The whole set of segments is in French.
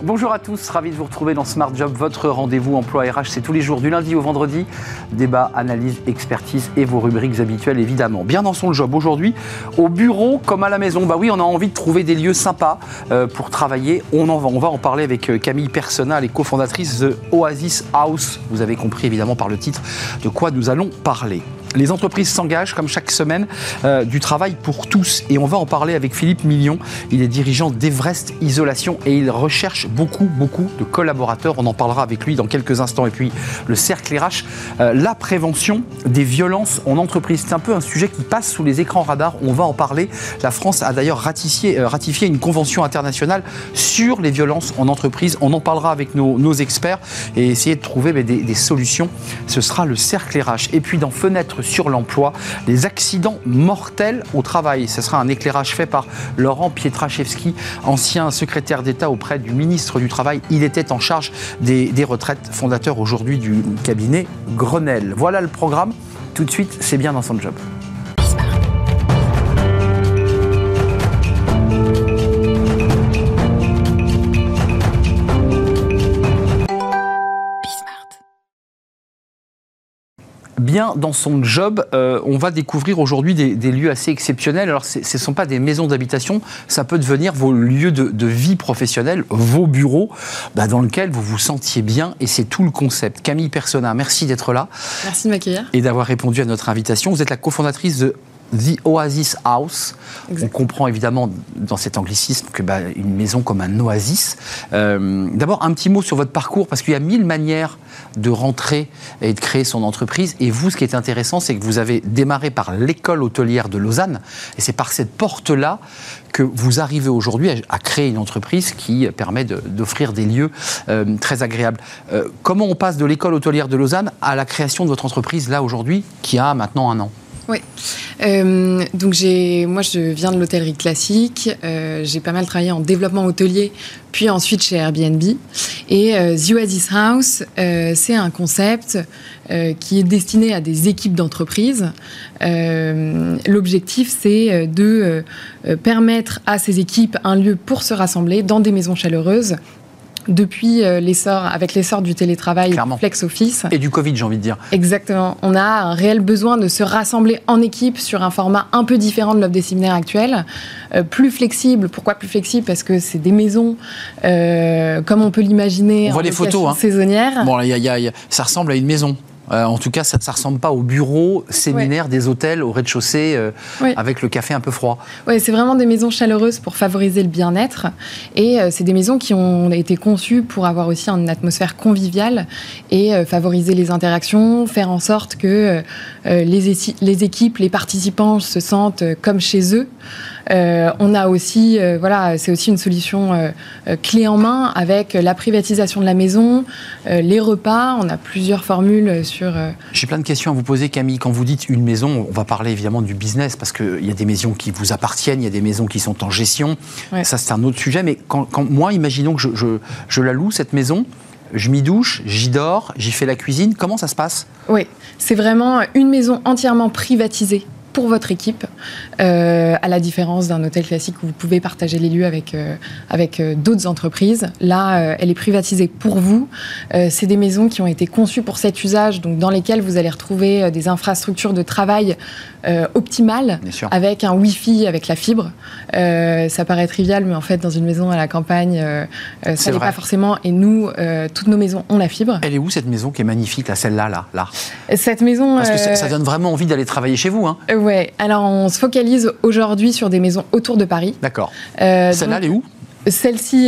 Bonjour à tous, ravi de vous retrouver dans Smart Job, votre rendez-vous emploi RH. C'est tous les jours du lundi au vendredi. Débat, analyse, expertise et vos rubriques habituelles évidemment. Bien dans son job aujourd'hui, au bureau comme à la maison. Bah oui, on a envie de trouver des lieux sympas pour travailler. On va en parler avec Camille Persona, elle est cofondatrice de Oasis House. Vous avez compris évidemment par le titre de quoi nous allons parler. Les entreprises s'engagent, comme chaque semaine, du travail pour tous. Et on va en parler avec Philippe Million. Il est dirigeant d'Everest Isolation et il recherche beaucoup de collaborateurs. On en parlera avec lui dans quelques instants. Et puis, le cercle RH, la prévention des violences en entreprise. C'est un peu un sujet qui passe sous les écrans radars. On va en parler. La France a d'ailleurs ratifié une convention internationale sur les violences en entreprise. On en parlera avec nos experts et essayer de trouver des solutions. Ce sera le cercle RH. Et puis, dans Fenêtre sur l'emploi, les accidents mortels au travail. Ce sera un éclairage fait par Laurent Pietraszewski, ancien secrétaire d'État auprès du ministre du Travail. Il était en charge des retraites, fondateur aujourd'hui du cabinet Grenelle. Voilà le programme. Tout de suite, c'est bien dans son job. Bien dans son job, on va découvrir aujourd'hui des lieux assez exceptionnels. Alors, ce ne sont pas des maisons d'habitation, ça peut devenir vos lieux de vie professionnelle, vos bureaux, dans lesquels vous vous sentiez bien, et c'est tout le concept. Camille Persona, merci d'être là. Merci de m'accueillir. Et d'avoir répondu à notre invitation. Vous êtes la cofondatrice de The Oasis House. Exactement. On comprend évidemment dans cet anglicisme que une maison comme un oasis. D'abord, un petit mot sur votre parcours, parce qu'il y a 1000 manières de rentrer et de créer son entreprise. Et vous, ce qui est intéressant, c'est que vous avez démarré par l'école hôtelière de Lausanne. Et c'est par cette porte-là que vous arrivez aujourd'hui à créer une entreprise qui permet d'offrir des lieux très agréables. Comment on passe de l'école hôtelière de Lausanne à la création de votre entreprise, là, aujourd'hui, qui a maintenant 1 an ? Oui. Donc moi, je viens de l'hôtellerie classique. J'ai pas mal travaillé en développement hôtelier, puis ensuite chez Airbnb. Et The Oasis House, c'est un concept qui est destiné à des équipes d'entreprise. L'objectif, c'est de permettre à ces équipes un lieu pour se rassembler dans des maisons chaleureuses. Depuis avec l'essor du télétravail, clairement. Flex Office. Et du Covid, j'ai envie de dire. Exactement. On a un réel besoin de se rassembler en équipe sur un format un peu différent de l'offre des séminaires actuelle. Plus flexible. Pourquoi plus flexible ? Parce que c'est des maisons, comme on peut l'imaginer, on voit les photos, saisonnières. Bon, ça ressemble à une maison. En tout cas, ça ne ressemble pas au bureau séminaire des hôtels au rez-de-chaussée avec le café un peu froid. Oui, c'est vraiment des maisons chaleureuses pour favoriser le bien-être. Et c'est des maisons qui ont été conçues pour avoir aussi une atmosphère conviviale et favoriser les interactions, faire en sorte que les équipes, les participants se sentent comme chez eux. On a aussi, c'est aussi une solution clé en main avec la privatisation de la maison, les repas. On a plusieurs formules sur... J'ai plein de questions à vous poser, Camille. Quand vous dites une maison, on va parler évidemment du business, parce qu'il y a des maisons qui vous appartiennent, il y a des maisons qui sont en gestion. Ouais. Ça, c'est un autre sujet. Mais quand moi, imaginons que je la loue, cette maison, je m'y douche, j'y dors, j'y fais la cuisine. Comment ça se passe ? Oui, c'est vraiment une maison entièrement privatisée pour votre équipe, à la différence d'un hôtel classique où vous pouvez partager les lieux avec d'autres entreprises. Là, elle est privatisée pour vous. C'est des maisons qui ont été conçues pour cet usage, donc dans lesquelles vous allez retrouver des infrastructures de travail optimales, avec un Wi-Fi, avec la fibre. Ça paraît trivial, mais en fait, dans une maison à la campagne, ça n'est pas forcément. Et nous, toutes nos maisons ont la fibre. Elle est où, cette maison qui est magnifique, là, celle-là, là Cette maison... Parce que ça donne vraiment envie d'aller travailler chez vous, hein. Oui, alors on se focalise aujourd'hui sur des maisons autour de Paris. D'accord. Celle-là, elle est où ? Celle-ci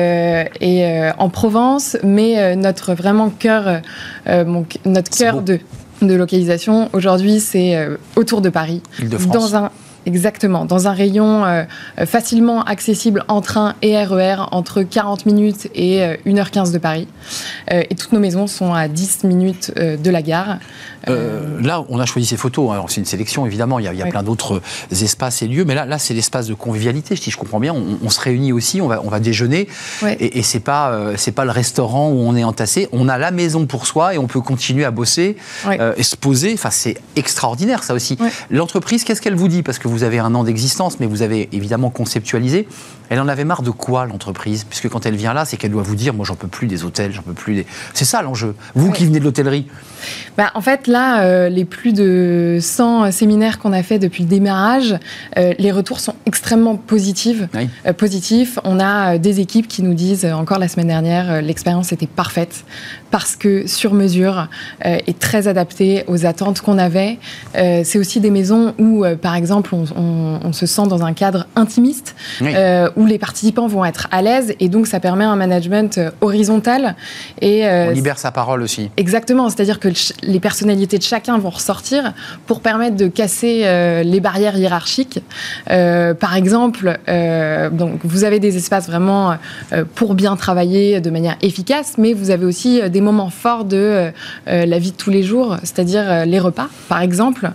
est en Provence, mais notre vraiment cœur, notre cœur de localisation aujourd'hui, c'est autour de Paris. Île-de-France. Exactement, dans un rayon facilement accessible en train et RER, entre 40 minutes et 1h15 de Paris. Et toutes nos maisons sont à 10 minutes de la gare. Là, on a choisi ces photos. Alors, c'est une sélection, évidemment. Il y a plein d'autres espaces et lieux. Mais là c'est l'espace de convivialité. Si je comprends bien, on se réunit aussi, on va déjeuner. Et c'est pas le restaurant où on est entassé. On a la maison pour soi et on peut continuer à bosser et se poser. Enfin, c'est extraordinaire, ça aussi. L'entreprise, qu'est-ce qu'elle vous dit? Parce que vous avez 1 an d'existence, mais vous avez évidemment conceptualisé. Elle en avait marre de quoi, l'entreprise? Puisque quand elle vient là, c'est qu'elle doit vous dire, moi, j'en peux plus des hôtels, j'en peux plus des... C'est ça l'enjeu. Vous qui venez de l'hôtellerie. En fait, là, les plus de 100 séminaires qu'on a fait depuis le démarrage, les retours sont extrêmement positifs. On a des équipes qui nous disent, encore la semaine dernière, l'expérience était parfaite parce que sur mesure et très adaptée aux attentes qu'on avait. C'est aussi des maisons où, par exemple, on se sent dans un cadre intimiste, où les participants vont être à l'aise et donc ça permet un management horizontal. On libère sa parole aussi. Exactement, c'est-à-dire que les personnalités de chacun vont ressortir pour permettre de casser les barrières hiérarchiques. Par exemple, donc vous avez des espaces vraiment pour bien travailler de manière efficace, mais vous avez aussi des moments forts de la vie de tous les jours, c'est-à-dire les repas, par exemple.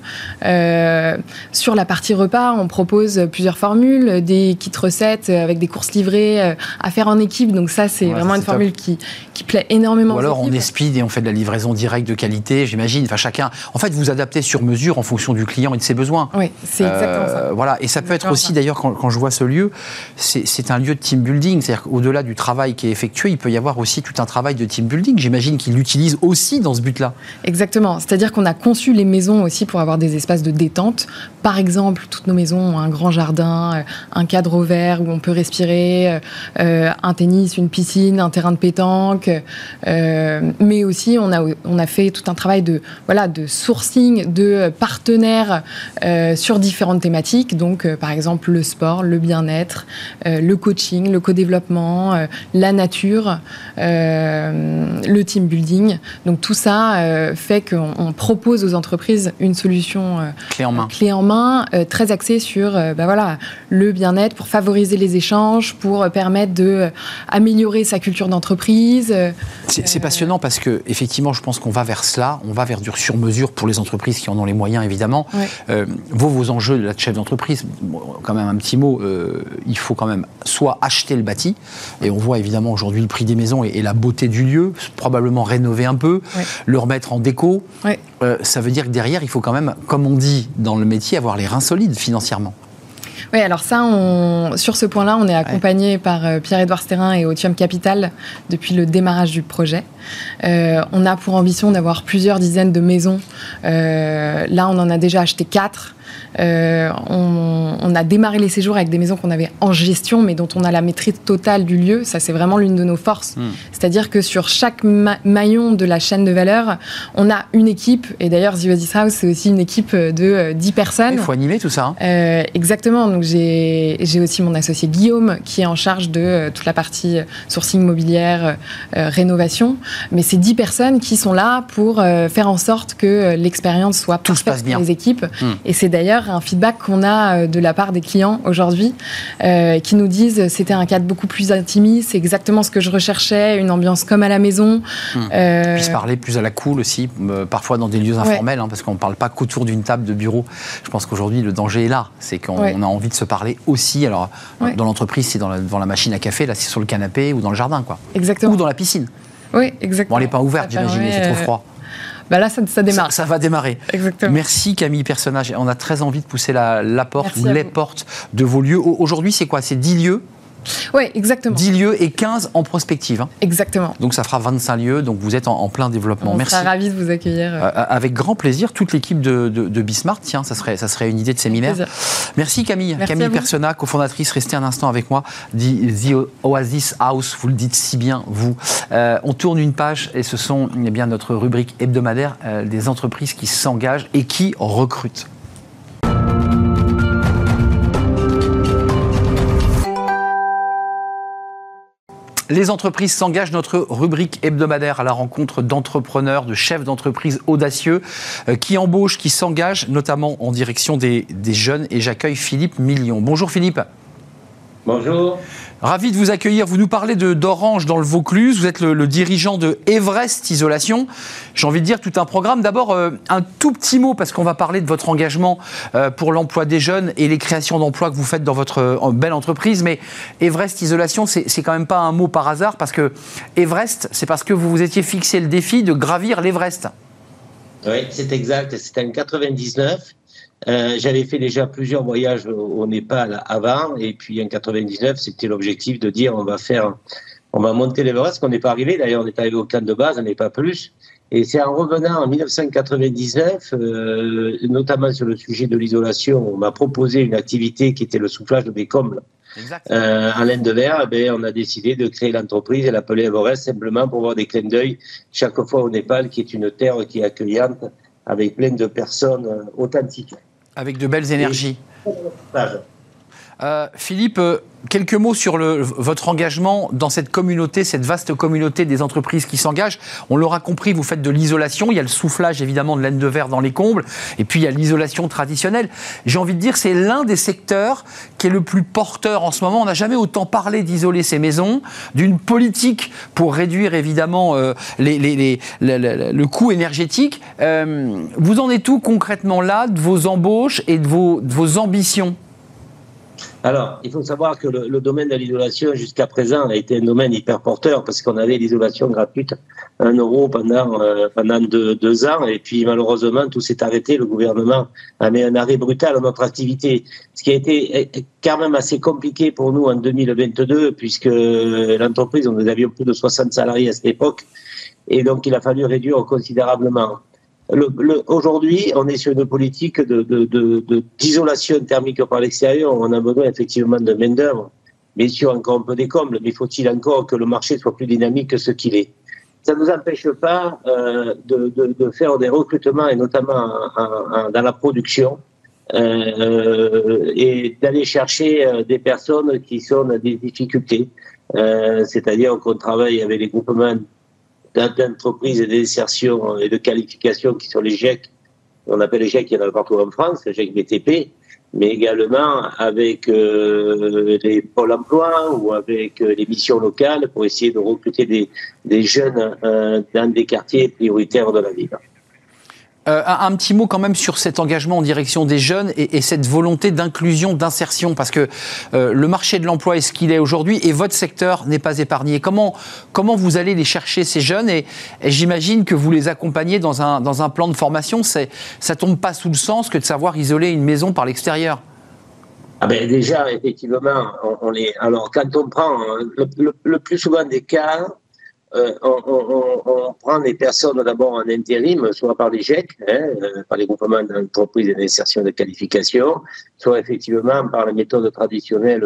Sur la partie repas, on propose plusieurs formules, des kits recettes avec des courses livrées à faire en équipe. Donc ça, c'est vraiment une formule qui plaît énormément. Ou alors on est speed et on fait de la livraison directe de qualité, j'imagine. Enfin, chacun... En fait, vous adaptez sur mesure en fonction du client et de ses besoins. Oui, c'est exactement ça. Voilà. Et ça peut être aussi, d'ailleurs, quand je vois ce lieu, c'est un lieu de team building. C'est-à-dire qu'au-delà du travail qui est effectué, il peut y avoir aussi tout un travail de team building. J'imagine qu'il l'utilise aussi dans ce but-là. Exactement. C'est-à-dire qu'on a conçu les maisons aussi pour avoir des espaces de détente. Par exemple, toutes nos maisons ont un grand jardin, un cadre ouvert où on peut respirer, un tennis, une piscine, un terrain de pétanque. Mais aussi, on a fait tout un travail de sourcing de partenaires sur différentes thématiques. Donc, par exemple, le sport, le bien-être, le coaching, le co-développement, la nature, le team building. Donc, tout ça fait qu'on propose aux entreprises une solution clé en main, très axée sur le bien-être pour favoriser les échanges, pour permettre d'améliorer sa culture d'entreprise. C'est passionnant parce que, effectivement, je pense qu'on va vers cela, on va vers du sur-mesure pour les entreprises qui en ont les moyens, évidemment. Vos enjeux de chef d'entreprise, quand même un petit mot, il faut quand même soit acheter le bâti, et on voit évidemment aujourd'hui le prix des maisons et la beauté du lieu, probablement rénover un peu, le remettre en déco. Ça veut dire que derrière, il faut quand même, comme on dit dans le métier, avoir les reins solides financièrement. Oui, alors ça, sur ce point-là, on est accompagné par Pierre-Édouard Stérin et Otium Capital depuis le démarrage du projet. On a pour ambition d'avoir plusieurs dizaines de maisons. Là, on en a déjà acheté 4. On a démarré les séjours avec des maisons qu'on avait en gestion, mais dont on a la maîtrise totale du lieu. Ça, c'est vraiment l'une de nos forces. C'est-à-dire que sur chaque maillon de la chaîne de valeur, on a une équipe. Et d'ailleurs, The Oasis House, c'est aussi une équipe de 10 personnes. Il faut animer tout ça. Exactement. Donc, j'ai aussi mon associé Guillaume, qui est en charge de toute la partie sourcing mobilière, rénovation. Mais c'est 10 personnes qui sont là pour faire en sorte que l'expérience soit parfaite pour les équipes. Et c'est d'ailleurs un feedback qu'on a de la part des clients aujourd'hui qui nous disent c'était un cadre beaucoup plus intimiste, c'est exactement ce que je recherchais, une ambiance comme à la maison. Puis se parler plus à la cool aussi, parfois dans des lieux informels, parce qu'on ne parle pas qu'autour d'une table de bureau. Je pense qu'aujourd'hui le danger est là, c'est qu'on a envie de se parler aussi. Alors dans l'entreprise, c'est devant la machine à café, là c'est sur le canapé ou dans le jardin, quoi. Exactement. Ou dans la piscine. Oui, exactement. Bon, elle n'est pas ouverte, j'imagine, il fait trop froid. Là, ça démarre. Ça va démarrer. Exactement. Merci Camille Personnage. On a très envie de pousser la porte ou les portes de vos lieux. Aujourd'hui, c'est quoi? C'est 10 lieux? Oui, exactement. 10 lieux et 15 en prospective. Exactement. Donc ça fera 25 lieux, donc vous êtes en plein développement. Merci. On sera ravis de vous accueillir. Avec grand plaisir, toute l'équipe de Bismart, tiens, ça serait une idée de séminaire. Merci Camille. Merci Camille Personnage, cofondatrice, restez un instant avec moi. The Oasis House, vous le dites si bien, vous. On tourne une page et ce sont notre rubrique hebdomadaire des entreprises qui s'engagent et qui recrutent. Les entreprises s'engagent, notre rubrique hebdomadaire à la rencontre d'entrepreneurs, de chefs d'entreprise audacieux qui embauchent, qui s'engagent, notamment en direction des jeunes. Et j'accueille Philippe Million. Bonjour Philippe. Bonjour. Ravi de vous accueillir. Vous nous parlez d'Orange dans le Vaucluse. Vous êtes le dirigeant de Everest Isolation. J'ai envie de dire tout un programme. D'abord, un tout petit mot, parce qu'on va parler de votre engagement pour l'emploi des jeunes et les créations d'emplois que vous faites dans votre belle entreprise. Mais Everest Isolation, c'est quand même pas un mot par hasard, parce que Everest, c'est parce que vous vous étiez fixé le défi de gravir l'Everest. Oui, c'est exact. C'était en 99. J'avais fait déjà plusieurs voyages au Népal avant, et puis en 99, c'était l'objectif de dire on va monter l'Everest, qu'on n'est pas arrivé. D'ailleurs, on est arrivé au camp de base, on n'est pas plus. Et c'est en revenant en 1999, notamment sur le sujet de l'isolation, on m'a proposé une activité qui était le soufflage de bécombre en laine de verre. On a décidé de créer l'entreprise et l'appeler Everest simplement pour voir des clins d'œil chaque fois au Népal, qui est une terre qui est accueillante avec plein de personnes authentiques. Avec de belles énergies. Philippe, quelques mots sur votre engagement dans cette communauté, cette vaste communauté des entreprises qui s'engagent. On l'aura compris, vous faites de l'isolation. Il y a le soufflage, évidemment, de laine de verre dans les combles. Et puis, il y a l'isolation traditionnelle. J'ai envie de dire, c'est l'un des secteurs qui est le plus porteur en ce moment. On n'a jamais autant parlé d'isoler ces maisons, d'une politique pour réduire, évidemment, le coût énergétique. Vous en êtes où concrètement là, de vos embauches et de vos ambitions ? Alors, il faut savoir que le domaine de l'isolation, jusqu'à présent, a été un domaine hyper porteur, parce qu'on avait l'isolation gratuite, 1 euro pendant 2 ans, et puis malheureusement, tout s'est arrêté. Le gouvernement a mis un arrêt brutal à notre activité, ce qui a été quand même assez compliqué pour nous en 2022, puisque l'entreprise, nous avions plus de 60 salariés à cette époque, et donc il a fallu réduire considérablement. Aujourd'hui, on est sur une politique d'isolation thermique par l'extérieur. On a besoin effectivement de main-d'œuvre, bien sûr encore un peu des combles, mais faut-il encore que le marché soit plus dynamique que ce qu'il est. Ça ne nous empêche pas de faire des recrutements, et notamment dans la production, et d'aller chercher des personnes qui sont dans des difficultés. C'est-à-dire qu'on travaille avec les groupements d'entreprises et d'insertion et de qualification qui sont les GEC. On appelle les GEC, il y en a partout en France, les GEC BTP, mais également avec les pôles emploi ou avec les missions locales pour essayer de recruter des jeunes dans des quartiers prioritaires de la ville. Un petit mot quand même sur cet engagement en direction des jeunes et cette volonté d'inclusion, d'insertion, parce que le marché de l'emploi est ce qu'il est aujourd'hui et votre secteur n'est pas épargné. Comment vous allez les chercher, ces jeunes, et j'imagine que vous les accompagnez dans un plan de formation. Ça tombe pas sous le sens que de savoir isoler une maison par l'extérieur. Déjà, effectivement, alors quand on prend le plus souvent des cas, on prend des personnes d'abord en intérim, soit par les GEC, par les groupements d'entreprises et d'insertion de qualification, soit effectivement par la méthode traditionnelle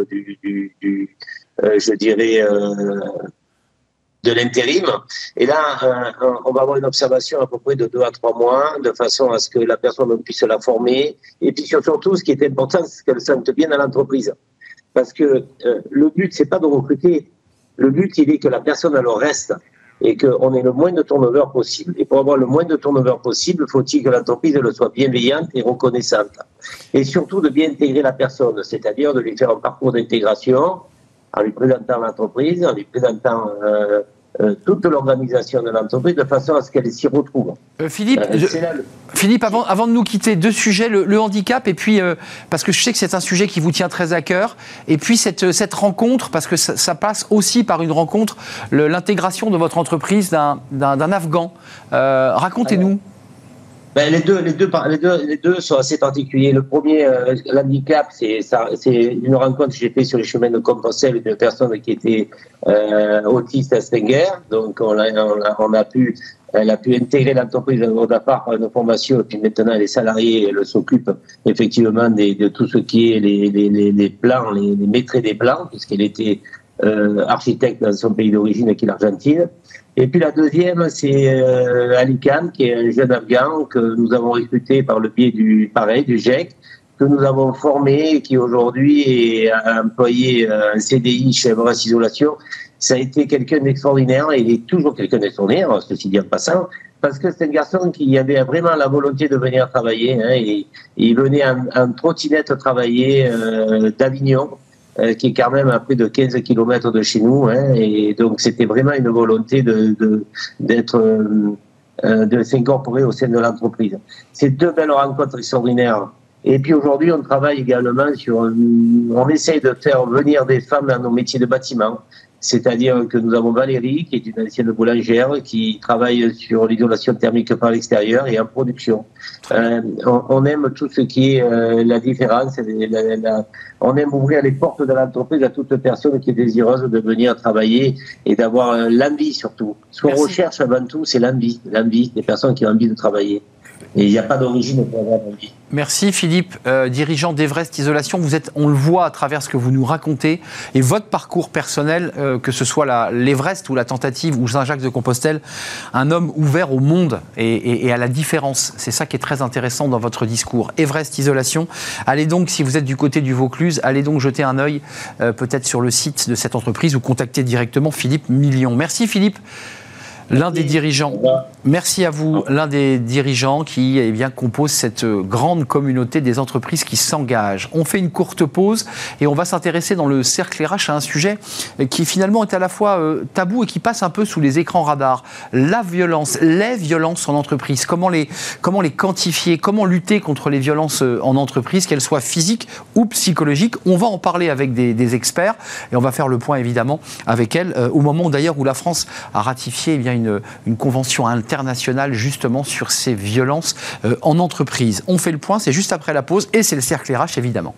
de l'intérim. Et là, on va avoir une observation à peu près de 2 à 3 mois, de façon à ce que la personne puisse la former. Et puis surtout, ce qui est important, c'est qu'elle se sente bien dans l'entreprise. Parce que le but, c'est pas de recruter. Le but, il est que la personne, elle reste et qu'on ait le moins de turnover possible. Et pour avoir le moins de turnover possible, faut-il que l'entreprise elle soit bienveillante et reconnaissante. Et surtout, de bien intégrer la personne, c'est-à-dire de lui faire un parcours d'intégration en lui présentant l'entreprise, en lui présentant toute l'organisation de l'entreprise, de façon à ce qu'elle s'y retrouve. Philippe, avant de nous quitter, 2 sujets, le handicap, et puis, parce que je sais que c'est un sujet qui vous tient très à cœur, et puis cette rencontre, parce que ça passe aussi par une rencontre, l'intégration de votre entreprise d'un Afghan. Racontez-nous. Les deux sont assez particuliers. Le premier, l'handicap, c'est une rencontre que j'ai faite sur les chemins de Compostelle d'une personne qui était autiste Asperger. Donc, elle a pu intégrer l'entreprise au départ par une formation, et puis maintenant les salariés, elle s'occupe effectivement de tout ce qui est les plans, les maîtres des plans, puisqu'elle était architecte dans son pays d'origine, qui est l'Argentine. Et puis la deuxième, c'est Ali Khan, qui est un jeune Afghan que nous avons recruté par le biais du GEC, que nous avons formé, qui aujourd'hui est employé en CDI chez Everest Isolation. Ça a été quelqu'un d'extraordinaire, et il est toujours quelqu'un d'extraordinaire, ceci dit en passant, parce que c'est un garçon qui avait vraiment la volonté de venir travailler, et il venait en trottinette travailler d'Avignon. qui est quand même à plus de 15 km de chez nous, hein, et donc c'était vraiment une volonté de s'incorporer au sein de l'entreprise. C'est 2 belles rencontres extraordinaires. Et puis aujourd'hui, on travaille également on essaye de faire venir des femmes dans nos métiers de bâtiment. C'est-à-dire que nous avons Valérie, qui est une ancienne boulangère, qui travaille sur l'isolation thermique par l'extérieur et en production. On aime tout ce qui est la différence. On aime ouvrir les portes de l'entreprise à toute personne qui est désireuse de venir travailler et d'avoir l'envie surtout. Ce qu'on recherche avant tout, c'est l'envie des personnes qui ont envie de travailler. Et il n'y a pas d'origine pour avoir envie. Merci Philippe, dirigeant d'Everest Isolation. Vous êtes, on le voit à travers ce que vous nous racontez et votre parcours personnel, que ce soit l'Everest ou la tentative ou Saint-Jacques-de-Compostelle, un homme ouvert au monde et à la différence. C'est ça qui est très intéressant dans votre discours. Everest Isolation. Allez donc, si vous êtes du côté du Vaucluse, allez donc jeter un œil peut-être sur le site de cette entreprise ou contacter directement Philippe Million. Merci Philippe. L'un des dirigeants, merci à vous, l'un des dirigeants qui compose cette grande communauté des entreprises qui s'engagent. On fait une courte pause et on va s'intéresser dans le cercle RH à un sujet qui finalement est à la fois tabou et qui passe un peu sous les écrans radars. La violence, les violences en entreprise, comment les quantifier, comment lutter contre les violences en entreprise, qu'elles soient physiques ou psychologiques. On va en parler avec des experts et on va faire le point évidemment avec elles au moment d'ailleurs où la France a ratifié une convention internationale justement sur ces violences en entreprise. On fait le point, c'est juste après la pause et c'est le cercle RH évidemment.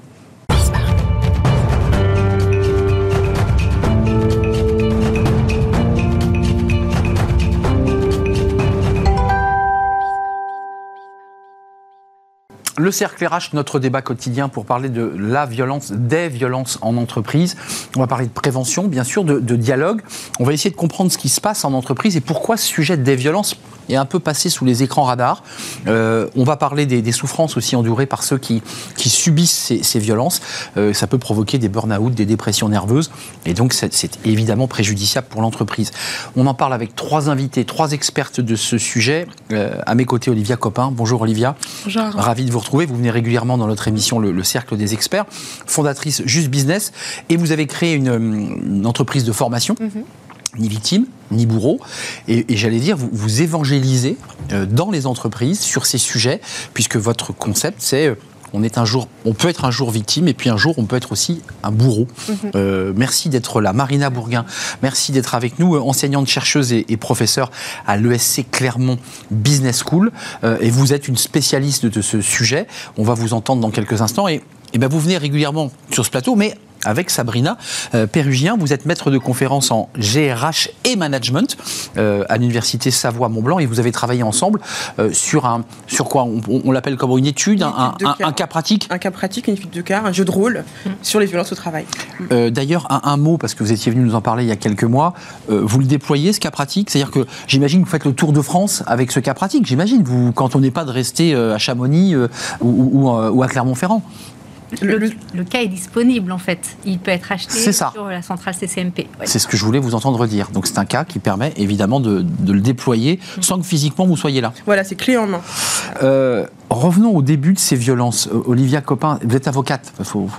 Le cercle RH, notre débat quotidien pour parler de la violence, des violences en entreprise. On va parler de prévention, bien sûr, de dialogue. On va essayer de comprendre ce qui se passe en entreprise et pourquoi ce sujet des violences est un peu passé sous les écrans radars. On va parler des souffrances aussi endurées par ceux qui subissent ces violences. Ça peut provoquer des burn-out, des dépressions nerveuses. Et donc, c'est évidemment préjudiciable pour l'entreprise. On en parle avec 3 invités, 3 expertes de ce sujet. À mes côtés, Olivia Copin. Bonjour Olivia. Bonjour. Ravi de vous retrouver. Vous venez régulièrement dans notre émission Le Cercle des Experts, fondatrice Just Business, et vous avez créé une entreprise de formation. Ni victime, ni bourreau. Et j'allais dire, vous évangélisez dans les entreprises sur ces sujets, puisque votre concept, c'est on peut être un jour victime et puis un jour on peut être aussi un bourreau. Merci d'être là. Marina Bourguin, merci d'être avec nous, enseignante, chercheuse et professeure à l'ESC Clermont Business School. Et vous êtes une spécialiste de ce sujet. On va vous entendre dans quelques instants. Et vous venez régulièrement sur ce plateau, mais avec Sabrina Pérugien, vous êtes maître de conférence en GRH et management à l'université Savoie-Mont-Blanc et vous avez travaillé ensemble sur quoi on l'appelle comme une étude, un cas pratique. Un cas pratique, une étude de cas, un jeu de rôle sur les violences au travail. D'ailleurs, un mot, parce que vous étiez venu nous en parler il y a quelques mois, vous le déployez ce cas pratique, c'est-à-dire que j'imagine que vous faites le tour de France avec ce cas pratique, j'imagine, vous, quand on n'est pas de rester à Chamonix ou à Clermont-Ferrand. Le cas est disponible en fait. Il peut être acheté sur la centrale CCMP. Ouais. C'est ce que je voulais vous entendre dire. Donc c'est un cas qui permet évidemment de le déployer sans que physiquement vous soyez là. Voilà, c'est clé en main. Revenons au début de ces violences. Olivia Copin, vous êtes avocate,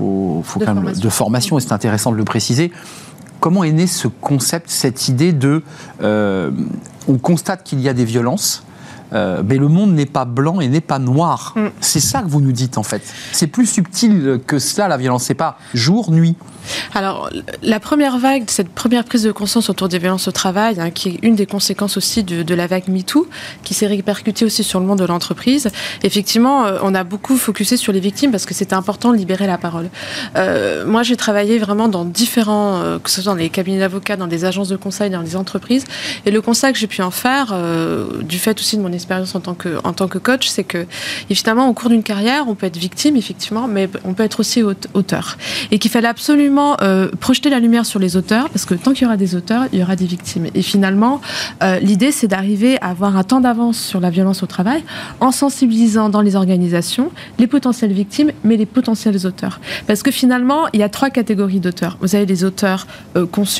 de formation et c'est intéressant de le préciser. Comment est né ce concept, cette idée de... on constate qu'il y a des violences, mais le monde n'est pas blanc et n'est pas noir. C'est ça que vous nous dites en fait. C'est plus subtil que cela la violence, c'est pas jour, nuit. Alors, la première vague, cette première prise de conscience autour des violences au travail, qui est une des conséquences aussi de la vague MeToo, qui s'est répercutée aussi sur le monde de l'entreprise. Effectivement, on a beaucoup focusé sur les victimes parce que c'était important de libérer la parole. Moi, j'ai travaillé vraiment dans différents, que ce soit dans les cabinets d'avocats, dans des agences de conseil, dans des entreprises. Et le constat que j'ai pu en faire, du fait aussi de mon expérience en tant que coach, c'est que, évidemment, au cours d'une carrière, on peut être victime, effectivement, mais on peut être aussi auteur. Et qu'il fallait absolument projeter la lumière sur les auteurs, parce que tant qu'il y aura des auteurs, il y aura des victimes. Et finalement, l'idée, c'est d'arriver à avoir un temps d'avance sur la violence au travail, en sensibilisant dans les organisations les potentielles victimes, mais les potentiels auteurs. Parce que finalement, il y a 3 catégories d'auteurs. Vous avez les auteurs conscients,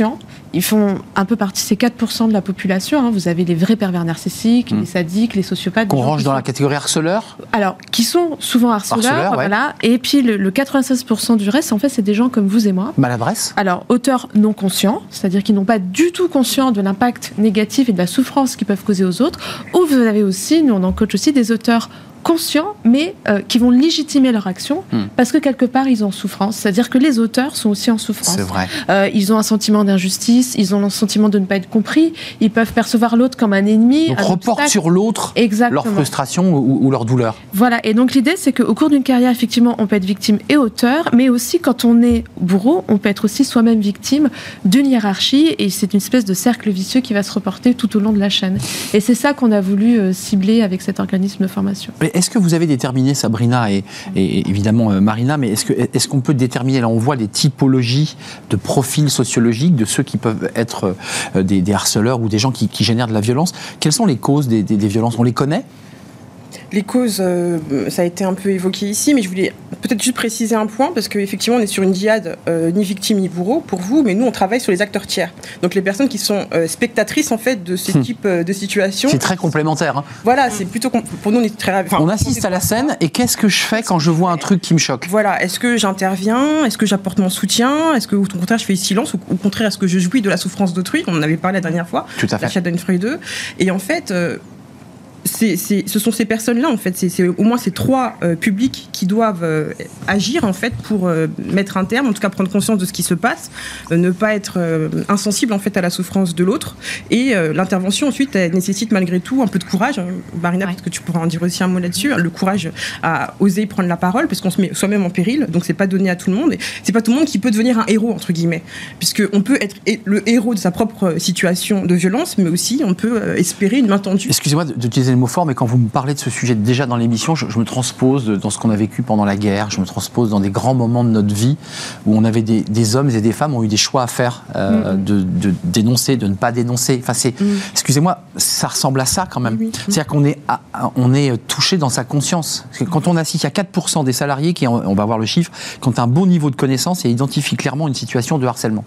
ils font un peu partie, c'est 4% de la population. Hein. Vous avez les vrais pervers narcissiques, les sadiques, les sociopathes. Qu'on range dans la catégorie harceleurs ? Alors, qui sont souvent harceleurs, voilà. Et puis le 96% du reste, en fait, c'est des gens comme vous et moi. Maladresse ? Alors, auteurs non conscients, c'est-à-dire qui n'ont pas du tout conscience de l'impact négatif et de la souffrance qu'ils peuvent causer aux autres. Ou vous avez aussi, nous on en coach aussi, des auteurs conscients, mais qui vont légitimer leur action parce que quelque part ils ont souffrance. C'est-à-dire que les auteurs sont aussi en souffrance. C'est vrai. Ils ont un sentiment d'injustice, ils ont un sentiment de ne pas être compris, ils peuvent percevoir l'autre comme un ennemi. Donc reportent sur l'autre leur frustration ou leur douleur. Voilà, et donc l'idée c'est qu'au cours d'une carrière, effectivement, on peut être victime et auteur, mais aussi quand on est bourreau, on peut être aussi soi-même victime d'une hiérarchie, et c'est une espèce de cercle vicieux qui va se reporter tout au long de la chaîne. Et c'est ça qu'on a voulu cibler avec cet organisme de formation. Mais est-ce que vous avez déterminé, Sabrina et évidemment Marina, mais est-ce qu'on peut déterminer, là on voit des typologies de profils sociologiques de ceux qui peuvent être des harceleurs ou des gens qui génèrent de la violence. Quelles sont les causes des violences ? On les connaît ? Les causes, ça a été un peu évoqué ici, mais je voulais peut-être juste préciser un point, parce qu'effectivement, on est sur une diade ni victime ni bourreau pour vous, mais nous, on travaille sur les acteurs tiers. Donc, les personnes qui sont spectatrices, en fait, de ce type de situation. C'est très complémentaire. Hein. Voilà, c'est plutôt... Pour nous, on est très... on assiste à la scène, et qu'est-ce que je fais quand je vois un truc qui me choque ? Voilà, est-ce que j'interviens ? Est-ce que j'apporte mon soutien ? Est-ce que, au contraire, je fais silence ? Ou au contraire, est-ce que je jouis de la souffrance d'autrui ? On en avait parlé la dernière fois. Tout à fait. La Schadenfreude 2. Et en fait... ce sont ces personnes-là, en fait, c'est au moins ces trois publics qui doivent agir, en fait, pour mettre un terme, en tout cas prendre conscience de ce qui se passe, ne pas être insensible, en fait, à la souffrance de l'autre. Et l'intervention, ensuite, elle nécessite malgré tout un peu de courage. Marina, peut-être que tu pourras en dire aussi un mot là-dessus. Le courage à oser prendre la parole, parce qu'on se met soi-même en péril, donc c'est pas donné à tout le monde. Et c'est pas tout le monde qui peut devenir un héros, entre guillemets, puisqu'on peut être le héros de sa propre situation de violence, mais aussi on peut espérer une main tendue. Excusez-moi d'utiliser le mot fort, mais quand vous me parlez de ce sujet déjà dans l'émission, je me transpose dans ce qu'on a vécu pendant la guerre, je me transpose dans des grands moments de notre vie où on avait des hommes et des femmes ont eu des choix à faire, de dénoncer, de ne pas dénoncer. Enfin, excusez-moi, ça ressemble à ça quand même. C'est-à-dire qu'on est touché dans sa conscience. Parce que quand on assiste, il y a 4% des salariés qui, on va voir le chiffre, qui ont un bon niveau de connaissance et identifient clairement une situation de harcèlement.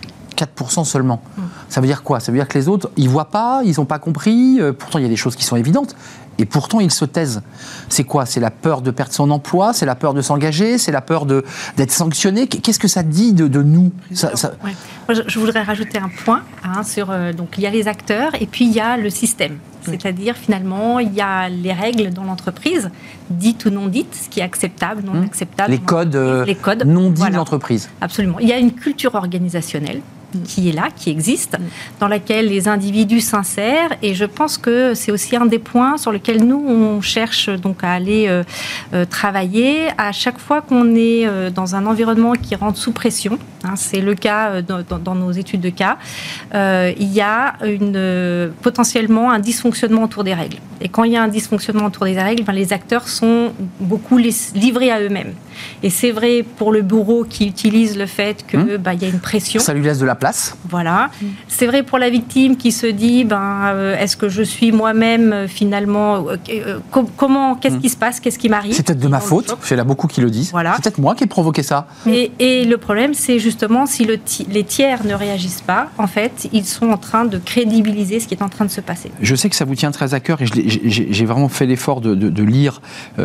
4% seulement. Ça veut dire quoi ? Ça veut dire que les autres, ils voient pas, ils n'ont pas compris, pourtant il y a des choses qui sont évidentes, et pourtant ils se taisent. C'est quoi ? C'est la peur de perdre son emploi, c'est la peur de s'engager, c'est la peur d'être sanctionné. Qu'est-ce que ça dit de nous ? Ouais. Moi, je voudrais rajouter un point sur... donc il y a les acteurs et puis il y a le système. C'est-à-dire, finalement, il y a les règles dans l'entreprise, dites ou non dites, ce qui est acceptable, non acceptable. Les codes non dits de l'entreprise. Absolument. Il y a une culture organisationnelle qui est là, qui existe, dans laquelle les individus s'insèrent, et je pense que c'est aussi un des points sur lesquels nous, on cherche donc à aller travailler à chaque fois qu'on est dans un environnement qui rentre sous pression. C'est le cas dans nos études de cas. Il y a potentiellement un dysfonctionnement autour des règles. Et quand il y a un dysfonctionnement autour des règles, les acteurs sont beaucoup livrés à eux-mêmes. Et c'est vrai pour le bourreau qui utilise le fait qu'il y a une pression. Ça lui laisse de la place. Voilà. C'est vrai pour la victime qui se dit est-ce que je suis moi-même finalement qu'est-ce qui se passe, qu'est-ce qui m'arrive ? C'est peut-être de ma faute. Il y en a beaucoup qui le disent. Voilà. C'est peut-être moi qui ai provoqué ça. Et le problème, c'est justement si les tiers ne réagissent pas, en fait, ils sont en train de crédibiliser ce qui est en train de se passer. Je sais que ça vous tient très à cœur et j'ai vraiment fait l'effort de lire.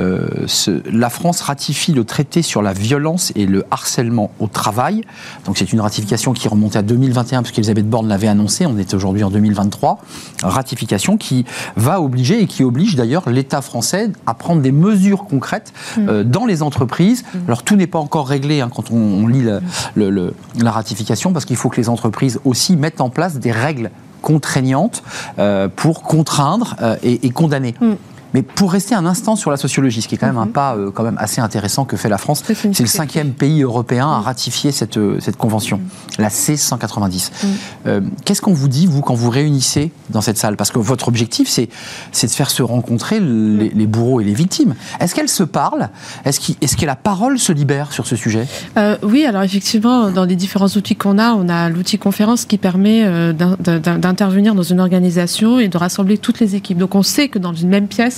La France ratifie le traité sur la violence et le harcèlement au travail. Donc c'est une ratification qui remontait à 2021 puisqu'Elisabeth Borne l'avait annoncé. On est aujourd'hui en 2023. Ratification qui va obliger et qui oblige d'ailleurs l'État français à prendre des mesures concrètes dans les entreprises. Alors tout n'est pas encore réglé quand on lit la ratification parce qu'il faut que les entreprises aussi mettent en place des règles contraignantes pour contraindre et condamner. Mais pour rester un instant sur la sociologie, ce qui est quand même un pas quand même assez intéressant que fait la France, c'est le 5e pays européen à ratifier cette convention, la C190. Qu'est-ce qu'on vous dit, vous, quand vous réunissez dans cette salle ? Parce que votre objectif, c'est de faire se rencontrer les bourreaux et les victimes. Est-ce qu'elles se parlent ? Est-ce que la parole se libère sur ce sujet ? Oui, alors effectivement, dans les différents outils qu'on a, on a l'outil conférence qui permet d'intervenir dans une organisation et de rassembler toutes les équipes. Donc on sait que dans une même pièce,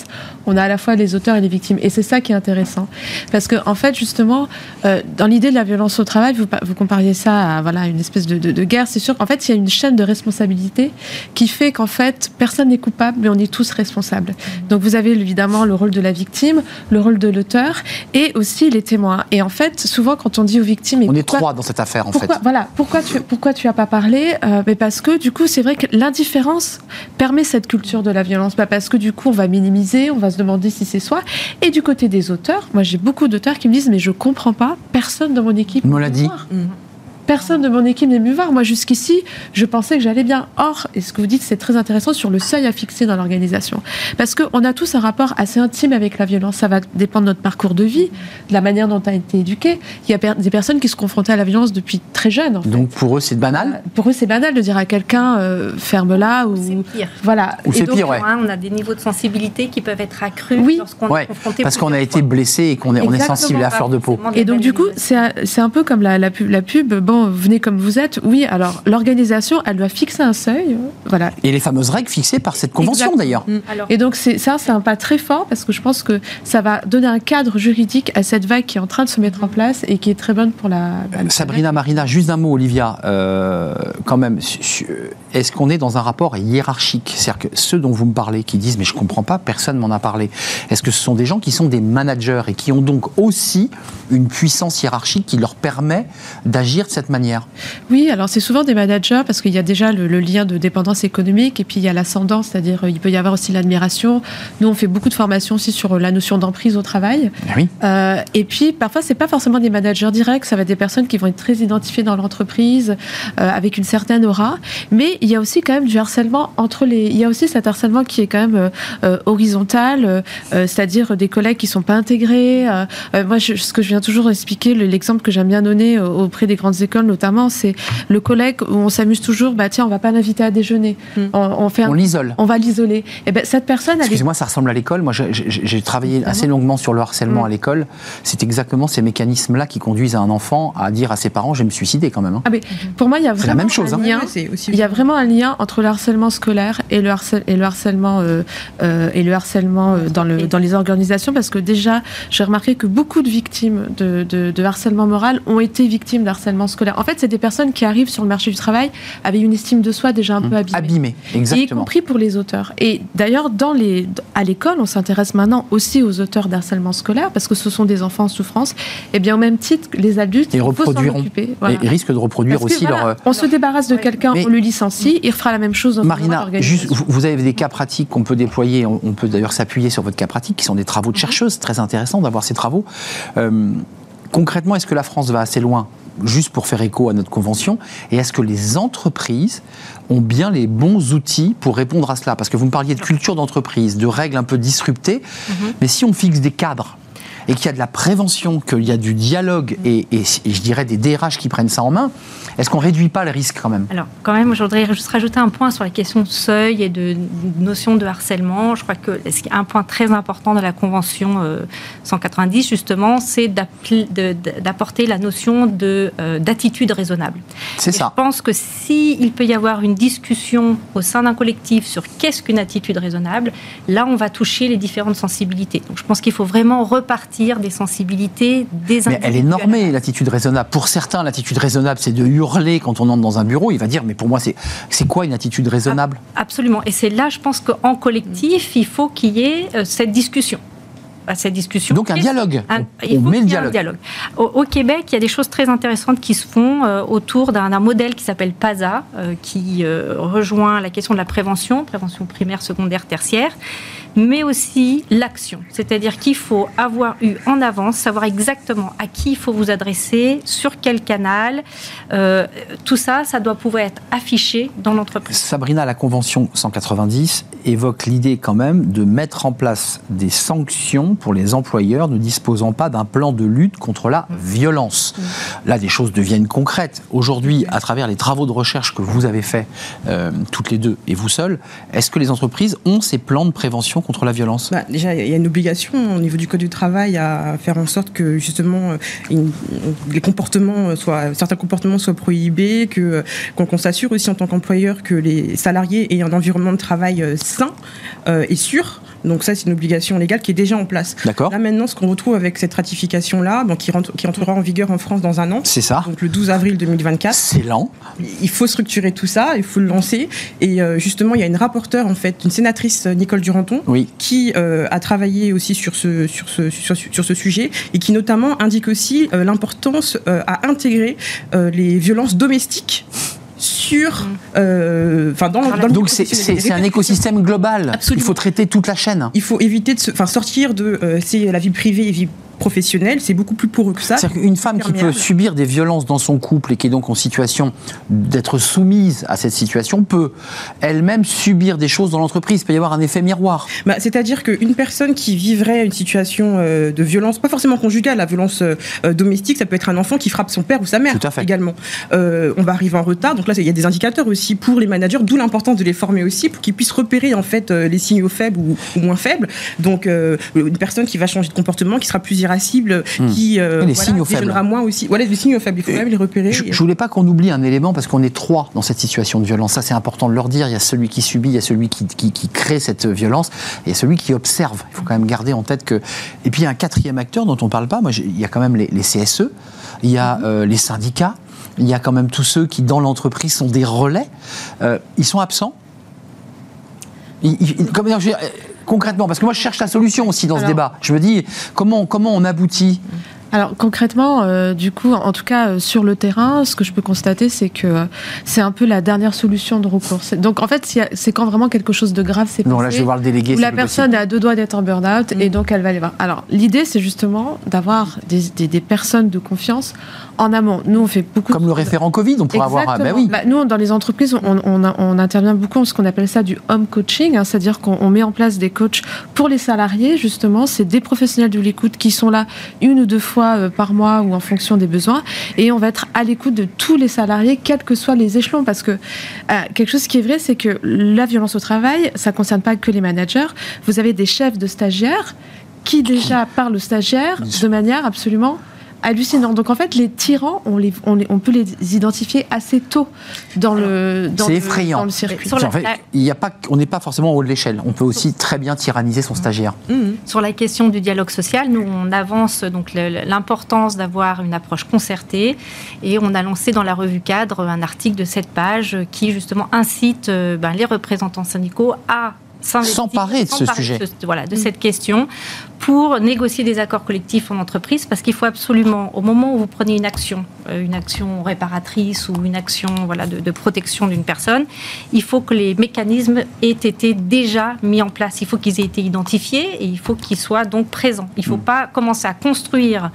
on a à la fois les auteurs et les victimes. Et c'est ça qui est intéressant. Parce que, en fait, justement, dans l'idée de la violence au travail, vous compariez ça à une espèce de guerre. C'est sûr qu'en fait, il y a une chaîne de responsabilité qui fait qu'en fait, personne n'est coupable, mais on est tous responsables. Donc, vous avez évidemment le rôle de la victime, le rôle de l'auteur et aussi les témoins. Et en fait, souvent, quand on dit aux victimes... On est trois dans cette affaire, en fait. Voilà. Pourquoi tu n'as pas parlé mais parce que, du coup, c'est vrai que l'indifférence permet cette culture de la violence. Parce que, du coup, on va minimiser, on va se demander si c'est soi. Et du côté des auteurs, moi, j'ai beaucoup d'auteurs qui me disent « Mais je comprends pas, personne dans mon équipe me l'a dit. » Personne de mon équipe n'est venu voir. Moi, jusqu'ici, je pensais que j'allais bien. Or, et ce que vous dites, c'est très intéressant sur le seuil à fixer dans l'organisation. Parce qu'on a tous un rapport assez intime avec la violence. Ça va dépendre de notre parcours de vie, de la manière dont on a été éduqué. Il y a des personnes qui se confrontent à la violence depuis très jeune. En fait. Donc, pour eux, c'est banal ? Pour eux, c'est banal de dire à quelqu'un ferme-la. Ou c'est pire. Voilà. Ou c'est pire, ouais. On a des niveaux de sensibilité qui peuvent être accrus lorsqu'on est confronté. Parce qu'on a été blessé et qu'on est sensible à fleur de peau. Et donc, du coup, c'est un peu comme la pub. Bon, venez comme vous êtes. Oui, alors l'organisation, elle doit fixer un seuil. Voilà. Et les fameuses règles fixées par cette convention, d'ailleurs. Et donc, c'est un pas très fort parce que je pense que ça va donner un cadre juridique à cette vague qui est en train de se mettre en place et qui est très bonne pour la... Sabrina, Marina, juste un mot, Olivia, quand même. Est-ce qu'on est dans un rapport hiérarchique ? C'est-à-dire que ceux dont vous me parlez, qui disent « mais je ne comprends pas, personne m'en a parlé », est-ce que ce sont des gens qui sont des managers et qui ont donc aussi une puissance hiérarchique qui leur permet d'agir de cette manière ? Oui, alors c'est souvent des managers parce qu'il y a déjà le lien de dépendance économique et puis il y a l'ascendance, c'est-à-dire il peut y avoir aussi l'admiration. Nous, on fait beaucoup de formations aussi sur la notion d'emprise au travail. Oui. Et puis, parfois, c'est pas forcément des managers directs, ça va être des personnes qui vont être très identifiées dans l'entreprise, avec une certaine aura. Mais il y a aussi quand même du harcèlement entre les... Il y a aussi cet harcèlement qui est quand même horizontal, c'est-à-dire des collègues qui sont pas intégrés. Moi, ce que je viens toujours expliquer, l'exemple que j'aime bien donner auprès des grandes écoles, notamment, c'est le collègue où on s'amuse toujours, tiens, on va pas l'inviter à déjeuner. On l'isole. On va l'isoler. Et cette personne... Excusez-moi, ça ressemble à l'école. Moi, j'ai travaillé assez longuement sur le harcèlement à l'école. C'est exactement ces mécanismes-là qui conduisent un enfant à dire à ses parents, je vais me suicider quand même. Hein. Pour moi, il y a vraiment la même chose, un lien. Il y a vraiment un lien entre le harcèlement scolaire et le harcèlement dans les organisations, parce que déjà, j'ai remarqué que beaucoup de victimes de harcèlement moral ont été victimes de harcèlement scolaire. En fait, c'est des personnes qui arrivent sur le marché du travail avec une estime de soi déjà un peu abîmée. Abîmée, exactement. Y compris pour les auteurs. Et d'ailleurs, à l'école, on s'intéresse maintenant aussi aux auteurs d'harcèlement scolaire, parce que ce sont des enfants en souffrance. Et bien, au même titre que les adultes, il faut s'en occuper. Voilà. Et risquent de reproduire aussi leur... On se débarrasse de quelqu'un, on le licencie, il refera la même chose dans Marina, juste, vous avez des cas pratiques qu'on peut déployer, on peut d'ailleurs s'appuyer sur votre cas pratique, qui sont des travaux de chercheuses. C'est très intéressant d'avoir ces travaux. Concrètement, est-ce que la France va assez loin, juste pour faire écho à notre convention, et est-ce que les entreprises ont bien les bons outils pour répondre à cela ? Parce que vous me parliez de culture d'entreprise, de règles un peu disruptées, mais si on fixe des cadres, et qu'il y a de la prévention, qu'il y a du dialogue et je dirais des DRH qui prennent ça en main, est-ce qu'on ne réduit pas le risque quand même ? Alors, quand même, je voudrais juste rajouter un point sur la question de seuil et de notion de harcèlement. Je crois qu'un point très important de la Convention 190, justement, c'est d'apporter la notion d'attitude raisonnable. C'est ça. Je pense que s'il peut y avoir une discussion au sein d'un collectif sur qu'est-ce qu'une attitude raisonnable, là, on va toucher les différentes sensibilités. Donc, je pense qu'il faut vraiment repartir des sensibilités des individus. Mais elle est normée, l'attitude raisonnable. Pour certains, l'attitude raisonnable, c'est de hurler quand on entre dans un bureau. Il va dire, mais pour moi, c'est quoi une attitude raisonnable ? Absolument. Et c'est là, je pense qu'en collectif, il faut qu'il y ait cette discussion. Cette discussion. Donc un dialogue. On met le dialogue. Au Québec, il y a des choses très intéressantes qui se font autour d'un modèle qui s'appelle PASA, qui rejoint la question de la prévention primaire, secondaire, tertiaire, mais aussi l'action. C'est-à-dire qu'il faut avoir eu en avance, savoir exactement à qui il faut vous adresser, sur quel canal. Tout ça, ça doit pouvoir être affiché dans l'entreprise. Sabrina, la Convention 190 évoque l'idée quand même de mettre en place des sanctions pour les employeurs ne disposant pas d'un plan de lutte contre la violence. Là, des choses deviennent concrètes. Aujourd'hui, à travers les travaux de recherche que vous avez faits, toutes les deux et vous seuls, est-ce que les entreprises ont ces plans de prévention contre la violence ? Déjà, il y a une obligation au niveau du Code du travail à faire en sorte que, justement, certains comportements soient prohibés, qu'on s'assure aussi en tant qu'employeur que les salariés aient un environnement de travail sain et sûr. Donc ça, c'est une obligation légale qui est déjà en place. D'accord. Là maintenant, ce qu'on retrouve avec cette ratification-là, donc qui entrera en vigueur en France dans un an. C'est ça. Donc le 12 avril 2024. C'est lent. Il faut structurer tout ça, il faut le lancer. Et justement, il y a une rapporteure, en fait, une sénatrice, Nicole Duranton, qui a travaillé aussi sur ce sujet et qui notamment indique aussi l'importance à intégrer les violences domestiques dans le donc c'est un écosystème global. Absolument. Il faut traiter toute la chaîne. Il faut éviter de sortir de c'est la vie privée et vie professionnelle, c'est beaucoup plus poreux que ça. C'est-à-dire qu'une femme qui peut subir des violences dans son couple et qui est donc en situation d'être soumise à cette situation peut elle-même subir des choses dans l'entreprise. Il peut y avoir un effet miroir. C'est-à-dire qu'une personne qui vivrait une situation de violence, pas forcément conjugale, la violence domestique, ça peut être un enfant qui frappe son père ou sa mère également. On va arriver en retard, donc là il y a des indicateurs aussi pour les managers, d'où l'importance de les former aussi pour qu'ils puissent repérer en fait les signaux faibles ou moins faibles. Donc une personne qui va changer de comportement, qui sera plus irascible, qui signaux faibles. Moins aussi. Voilà, les signaux faibles, il faut même les repérer. Je voulais pas qu'on oublie un élément parce qu'on est trois dans cette situation de violence. Ça, c'est important de leur dire. Il y a celui qui subit, il y a celui qui crée cette violence, et il y a celui qui observe. Il faut quand même garder en tête que. Et puis il y a un quatrième acteur dont on parle pas. Moi, il y a quand même les CSE, il y a les syndicats, il y a quand même tous ceux qui dans l'entreprise sont des relais. Ils sont absents. Concrètement, parce que moi je cherche la solution aussi dans ce débat. Je me dis, comment on aboutit ? Alors concrètement, du coup, en tout cas sur le terrain, ce que je peux constater, c'est que c'est un peu la dernière solution de recours. Donc en fait, c'est quand vraiment quelque chose de grave s'est passé. Non, là je vais voir le délégué. Où la personne est à deux doigts d'être en burn-out et donc elle va aller voir. Alors l'idée, c'est justement d'avoir des personnes de confiance en amont. Nous, on fait beaucoup. Comme le référent Covid, on pourrait avoir. Nous, dans les entreprises, on intervient beaucoup en ce qu'on appelle ça du home coaching, c'est-à-dire qu'on met en place des coachs pour les salariés. Justement, c'est des professionnels de l'écoute qui sont là une ou deux fois par mois ou en fonction des besoins, et on va être à l'écoute de tous les salariés, quels que soient les échelons, parce que quelque chose qui est vrai, c'est que la violence au travail, ça concerne pas que les managers. Vous avez des chefs de stagiaires qui déjà parlent aux stagiaires de manière absolument hallucinant. Donc en fait, les tyrans, on peut les identifier assez tôt dans le circuit. En fait, on n'est pas forcément en haut de l'échelle. On peut aussi très bien tyranniser son stagiaire. Sur la question du dialogue social, nous on avance donc l'importance d'avoir une approche concertée, et on a lancé dans la revue Cadre un article de 7 pages qui justement incite les représentants syndicaux à s'emparer de ce sujet. De cette question pour négocier des accords collectifs en entreprise, parce qu'il faut absolument, au moment où vous prenez une action réparatrice ou une action de protection d'une personne, il faut que les mécanismes aient été déjà mis en place. Il faut qu'ils aient été identifiés et il faut qu'ils soient donc présents. Il ne faut pas commencer à construire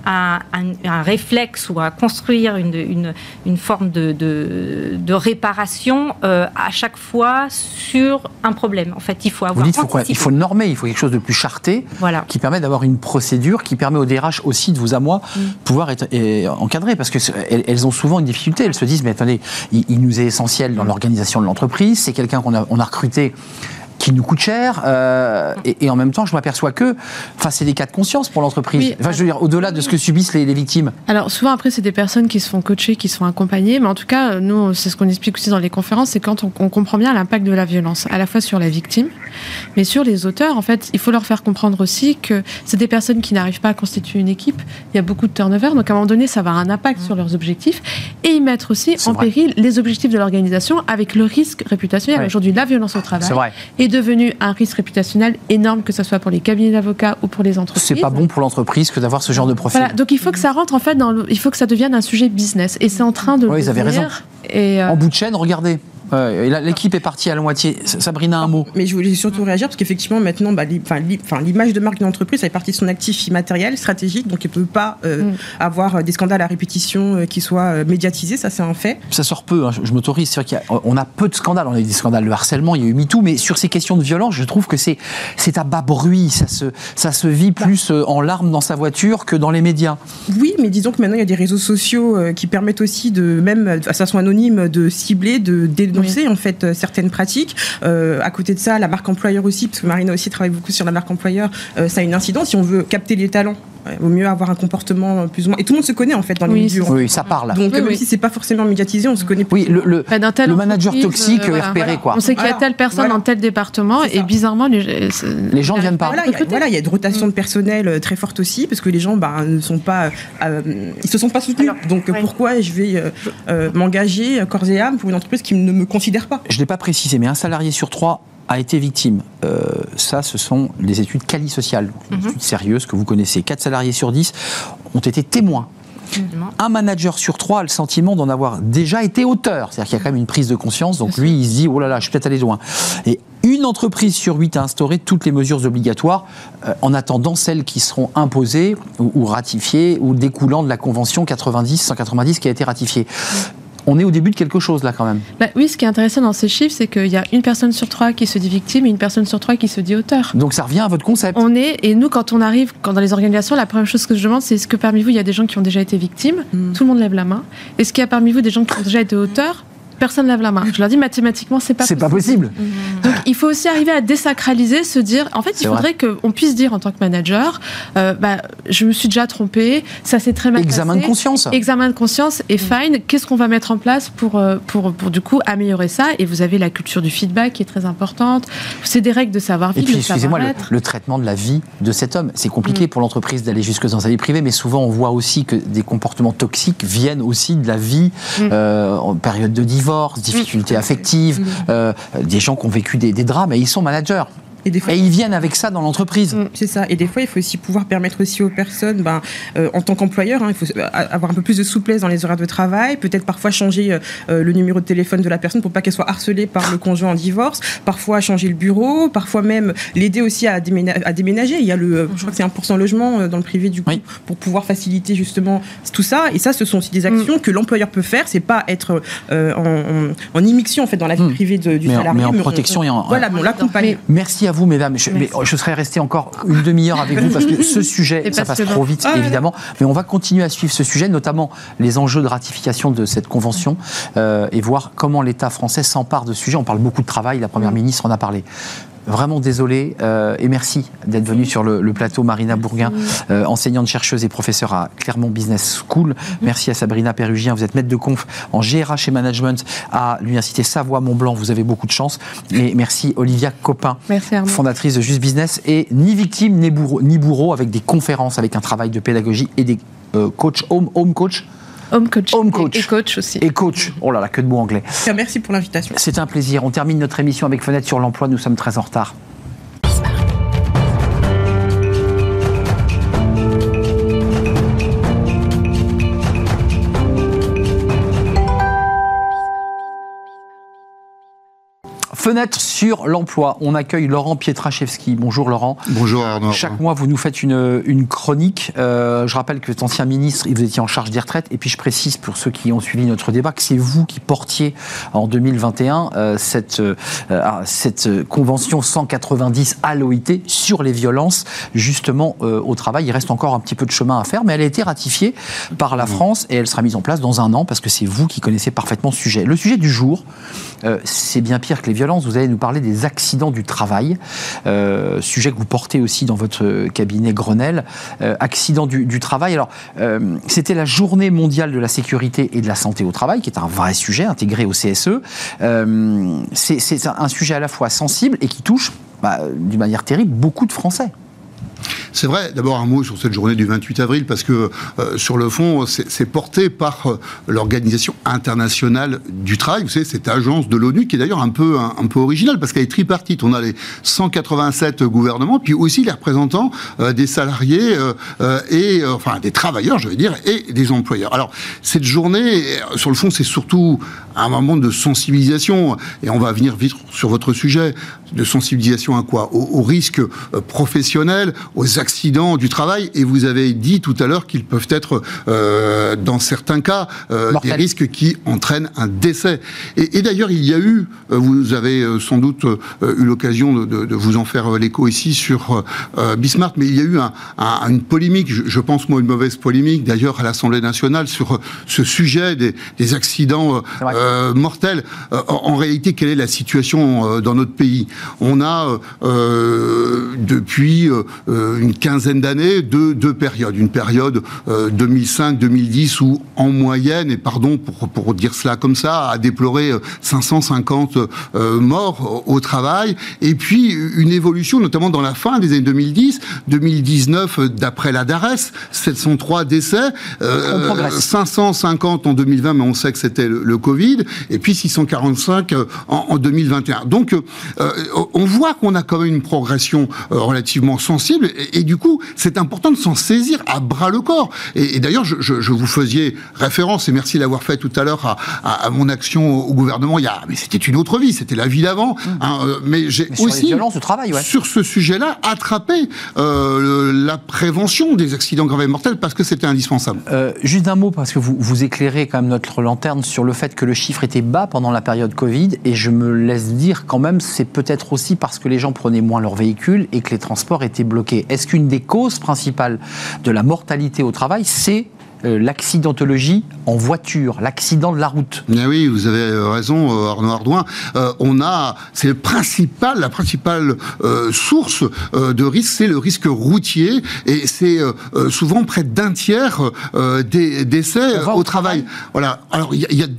un réflexe ou à construire une forme de réparation à chaque fois sur un problème. En fait, il faut avoir... Il faut normer, il faut quelque chose de plus charté, qui permet d'avoir une procédure, qui permet aux DRH aussi, de vous à moi, pouvoir être encadrées, parce qu'elles ont souvent une difficulté. Elles se disent, mais attendez, il nous est essentiel dans l'organisation de l'entreprise, c'est quelqu'un qu'on a recruté qui nous coûte cher, et en même temps, je m'aperçois que c'est des cas de conscience pour l'entreprise. Je veux dire, au-delà de ce que subissent les victimes. Alors, souvent, après, c'est des personnes qui se font coacher, qui se font accompagner, mais en tout cas, nous, c'est ce qu'on explique aussi dans les conférences, c'est quand on comprend bien l'impact de la violence, à la fois sur la victime, mais sur les auteurs. En fait, il faut leur faire comprendre aussi que c'est des personnes qui n'arrivent pas à constituer une équipe. Il y a beaucoup de turnover, donc à un moment donné, ça va avoir un impact sur leurs objectifs, et ils mettent aussi péril les objectifs de l'organisation avec le risque réputationnel. Aujourd'hui, la violence au travail est devenu un risque réputationnel énorme, que ce soit pour les cabinets d'avocats ou pour les entreprises. C'est pas bon pour l'entreprise que d'avoir ce genre de profil. Donc il faut que ça rentre en fait il faut que ça devienne un sujet business, et c'est en train de le devenir. Vous avez raison. En bout de chaîne, regardez. L'équipe est partie à la moitié. Sabrina, un mot. Mais je voulais surtout réagir parce qu'effectivement maintenant, l'image de marque d'une entreprise, ça fait partie de son actif immatériel, stratégique, donc elle ne peut pas avoir des scandales à répétition qui soient médiatisés, ça c'est un fait. Ça sort peu, je m'autorise. C'est vrai qu'on a peu de scandales. On a eu des scandales de harcèlement, il y a eu MeToo, mais sur ces questions de violence, je trouve que c'est à bas bruit. Ça se vit plus en larmes dans sa voiture que dans les médias. Oui, mais disons que maintenant il y a des réseaux sociaux qui permettent aussi même à façon anonyme de cibler, de dénoncer en fait certaines pratiques. À côté de ça, la marque employeur aussi, parce que Marina aussi travaille beaucoup sur la marque employeur, ça a une incidence. Si on veut capter les talents, vaut mieux avoir un comportement plus ou moins. Et tout le monde se connaît en fait dans les milieux. Oui, ça parle. Donc même si c'est pas forcément médiatisé, on se connaît. Oui, le manager toxique est repéré quoi. On sait qu'il y a telle personne dans tel département et bizarrement les gens ne viennent pas. Voilà, il y a une rotation de personnel très forte aussi parce que les gens ne sont pas, ils se sont pas soutenus. Donc pourquoi je vais m'engager corps et âme pour une entreprise qui ne me considère pas? Je l'ai pas précisé, mais un salarié sur 3 a été victime. Ça, ce sont des études quali-sociales, des études sérieuses que vous connaissez. 4 salariés sur 10 ont été témoins. Un manager sur 3 a le sentiment d'en avoir déjà été auteur. C'est-à-dire qu'il y a quand même une prise de conscience. Donc lui, il se dit, oh là là, je suis peut-être allé loin. Et une entreprise sur 8 a instauré toutes les mesures obligatoires en attendant celles qui seront imposées ou ratifiées ou découlant de la convention 190 qui a été ratifiée. On est au début de quelque chose là quand même. Oui, ce qui est intéressant dans ces chiffres, c'est qu'il y a une personne sur 3 qui se dit victime et une personne sur 3 qui se dit auteur. Donc ça revient à votre concept. Et nous, quand on arrive dans les organisations, la première chose que je demande, c'est est-ce que parmi vous, il y a des gens qui ont déjà été victimes? Tout le monde lève la main. Est-ce qu'il y a parmi vous des gens qui ont déjà été auteurs? Personne lève la main. Je leur dis mathématiquement, c'est pas possible. Donc il faut aussi arriver à désacraliser, se dire, en fait, il faudrait qu'on puisse dire en tant que manager, je me suis déjà trompé, ça s'est très mal passé. Examen de conscience et fine. Qu'est-ce qu'on va mettre en place pour du coup améliorer ça? Et vous avez la culture du feedback qui est très importante. C'est des règles de savoir-vivre. Et puis, excusez-moi, le traitement de la vie de cet homme, c'est compliqué pour l'entreprise d'aller jusque dans sa vie privée, mais souvent on voit aussi que des comportements toxiques viennent aussi de la vie en période de divorce, difficultés affectives, des gens qui ont vécu des drames et ils sont managers. Et ils viennent avec ça dans l'entreprise. C'est ça. Et des fois, il faut aussi pouvoir permettre aussi aux personnes, en tant qu'employeur, il faut avoir un peu plus de souplesse dans les horaires de travail, peut-être parfois changer le numéro de téléphone de la personne pour pas qu'elle soit harcelée par le conjoint en divorce, parfois changer le bureau, parfois même l'aider aussi à déménager. Il y a je crois que c'est 1% logement dans le privé du coup, pour pouvoir faciliter justement tout ça. Et ça, ce sont aussi des actions que l'employeur peut faire. C'est pas être en immixtion en fait dans la vie privée du salarié, mais en protection et en on l'accompagne. Merci à vous, mesdames. Je serais resté encore une demi-heure avec vous parce que ce sujet, ça passe trop vite, évidemment. Mais on va continuer à suivre ce sujet, notamment les enjeux de ratification de cette convention et voir comment l'État français s'empare de ce sujet. On parle beaucoup de travail, la Première ministre en a parlé. Vraiment désolé et merci d'être venue sur le plateau, Marina Bourguin, enseignante chercheuse et professeure à Clermont Business School. Merci à Sabrina Pérugien, vous êtes maître de conf en GRH et Management à l'Université Savoie-Mont-Blanc, vous avez beaucoup de chance. Et merci Olivia Copin, fondatrice de Just Business et ni victime ni bourreau, avec des conférences, avec un travail de pédagogie et des coachs, home coach. Home coach. Et coach aussi. Et coach. Oh là là, que de mots anglais. Merci pour l'invitation. C'est un plaisir. On termine notre émission avec Fenêtre sur l'emploi. Nous sommes très en retard. Fenêtre sur l'emploi. On accueille Laurent Pietraszewski. Bonjour Laurent. Bonjour Arnaud. Chaque mois, vous nous faites une chronique. Je rappelle que vous êtes ancien ministre et vous étiez en charge des retraites. Et puis je précise pour ceux qui ont suivi notre débat que c'est vous qui portiez en 2021 cette convention 190 à l'OIT sur les violences justement au travail. Il reste encore un petit peu de chemin à faire, mais elle a été ratifiée par la France et elle sera mise en place dans un an parce que c'est vous qui connaissez parfaitement ce sujet. Le sujet du jour, c'est bien pire que les violences. Vous allez nous parler des accidents du travail, sujet que vous portez aussi dans votre cabinet Grenelle. Accidents du travail. Alors, c'était la journée mondiale de la sécurité et de la santé au travail, qui est un vrai sujet intégré au CSE. C'est un sujet à la fois sensible et qui touche, d'une manière terrible, beaucoup de Français. C'est vrai, d'abord un mot sur cette journée du 28 avril, parce que sur le fond, c'est porté par l'Organisation internationale du travail, vous savez, cette agence de l'ONU qui est d'ailleurs un peu originale, parce qu'elle est tripartite. On a les 187 gouvernements, puis aussi les représentants des salariés et des travailleurs, je veux dire, et des employeurs. Alors, cette journée, sur le fond, c'est surtout un moment de sensibilisation, et on va venir vite sur votre sujet, de sensibilisation à quoi ? Aux risques professionnels, aux accidents du travail, et vous avez dit tout à l'heure qu'ils peuvent être, dans certains cas, des risques qui entraînent un décès. Et d'ailleurs, il y a eu, vous avez sans doute eu l'occasion de vous en faire l'écho ici sur Bismarck, mais il y a eu une polémique, je pense moi une mauvaise polémique, d'ailleurs à l'Assemblée nationale, sur ce sujet des accidents mortels. En réalité, quelle est la situation dans notre pays ? On a, depuis une une quinzaine d'années, deux périodes. Une période 2005-2010 où, en moyenne, et pardon pour dire cela comme ça, a déploré 550 morts au travail, et puis une évolution, notamment dans la fin des années 2010, 2019, d'après la DARES, 703 décès, 550 en 2020, mais on sait que c'était le Covid, et puis 645 en 2021. Donc, on voit qu'on a quand même une progression relativement sensible, et du coup, c'est important de s'en saisir à bras le corps. Et d'ailleurs, je vous faisiez référence, et merci d'avoir fait tout à l'heure à mon action au gouvernement. Mais c'était une autre vie, c'était la vie d'avant. Mais j'ai aussi, les violences au travail, sur ce sujet-là, attrapé la prévention des accidents graves et mortels parce que c'était indispensable. Juste un mot, parce que vous éclairez quand même notre lanterne sur le fait que le chiffre était bas pendant la période Covid, et je me laisse dire quand même, c'est peut-être aussi parce que les gens prenaient moins leur véhicule et que les transports étaient bloqués. Est-ce qu'une des causes principales de la mortalité au travail, c'est l'accidentologie en voiture, l'accident de la route? Bien oui, vous avez raison, Arnaud Ardouin. C'est la principale source de risque, c'est le risque routier, et c'est souvent près d'un tiers des décès au travail. Voilà. Alors il y a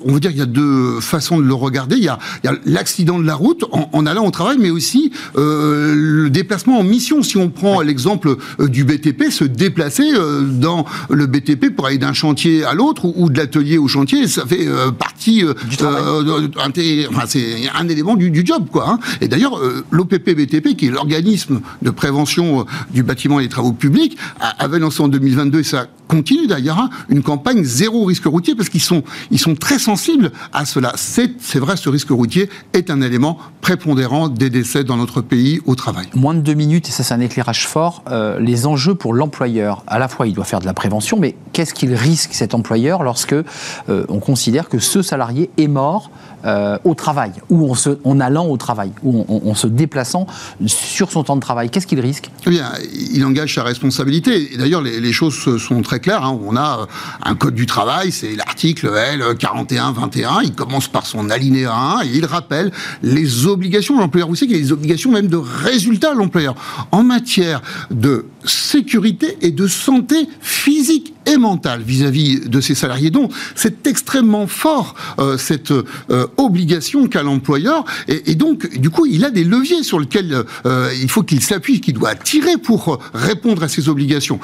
deux façons de le regarder. Il y a l'accident de la route en allant au travail, mais aussi le déplacement en mission. Si on prend l'exemple du BTP, se déplacer dans le BTP pour aller d'un chantier à l'autre ou de l'atelier au chantier, ça fait partie du travail. C'est un élément du job, quoi. Hein. Et d'ailleurs, l'OPP-BTP, qui est l'organisme de prévention du bâtiment et des travaux publics, avait lancé en 2022, et ça continue d'ailleurs, une campagne zéro risque routier, parce qu'ils sont très sensibles à cela. C'est vrai, ce risque routier est un élément prépondérant des décès dans notre pays au travail. Moins de 2 minutes, et ça c'est un éclairage fort, les enjeux pour l'employeur. À la fois, il doit faire de la prévention, mais qu'est-ce qu'il risque, cet employeur, lorsque on considère que ce salarié est mort au travail, ou en allant au travail, ou en se déplaçant sur son temps de travail? Qu'est-ce qu'il risque? Eh bien, il engage sa responsabilité. Et d'ailleurs, les choses sont très claires. Hein. On a un code du travail, c'est l'article L4121. Il commence par son alinéa 1 et il rappelle les obligations de l'employeur. Vous savez qu'il y a des obligations même de résultat de l'employeur en matière de sécurité et de santé physique et mentale vis-à-vis de ses salariés. Donc, c'est extrêmement fort, cette obligation qu'a l'employeur. Et donc, du coup, il a des leviers sur lesquels il faut qu'il s'appuie, qu'il doit tirer pour répondre à ses obligations.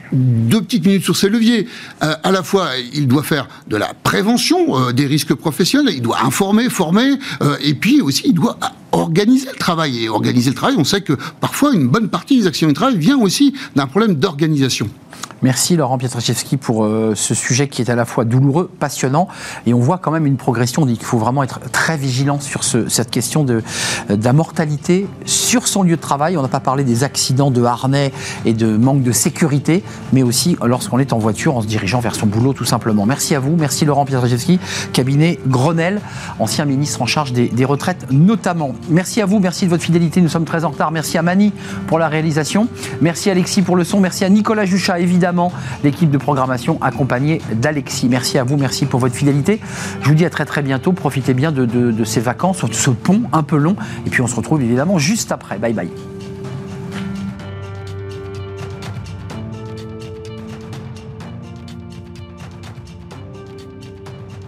2 petites minutes sur ces leviers. À la fois, il doit faire de la prévention des risques professionnels, il doit informer, former, et puis aussi, il doit organiser le travail. Et organiser le travail, on sait que parfois, une bonne partie des accidents du travail vient aussi d'un problème d'organisation. Merci Laurent Pietraszewski pour ce sujet qui est à la fois douloureux, passionnant, et on voit quand même une progression. On dit qu'il faut vraiment être très vigilant sur cette question de la mortalité sur son lieu de travail. On n'a pas parlé des accidents de harnais et de manque de sécurité, mais aussi lorsqu'on est en voiture en se dirigeant vers son boulot tout simplement. Merci à vous, merci Laurent Pietraszewski, cabinet Grenelle, ancien ministre en charge des retraites notamment. Merci à vous, merci de votre fidélité, nous sommes très en retard. Merci à Mani pour la réalisation, merci Alexis pour le son, merci à Nicolas Juchat, évidemment l'équipe de programmation accompagnée d'Alexis. Merci à vous, merci pour votre fidélité. Je vous dis à très très bientôt, profitez bien de ces vacances, de ce pont un peu long, et puis on se retrouve évidemment juste après. Bye bye.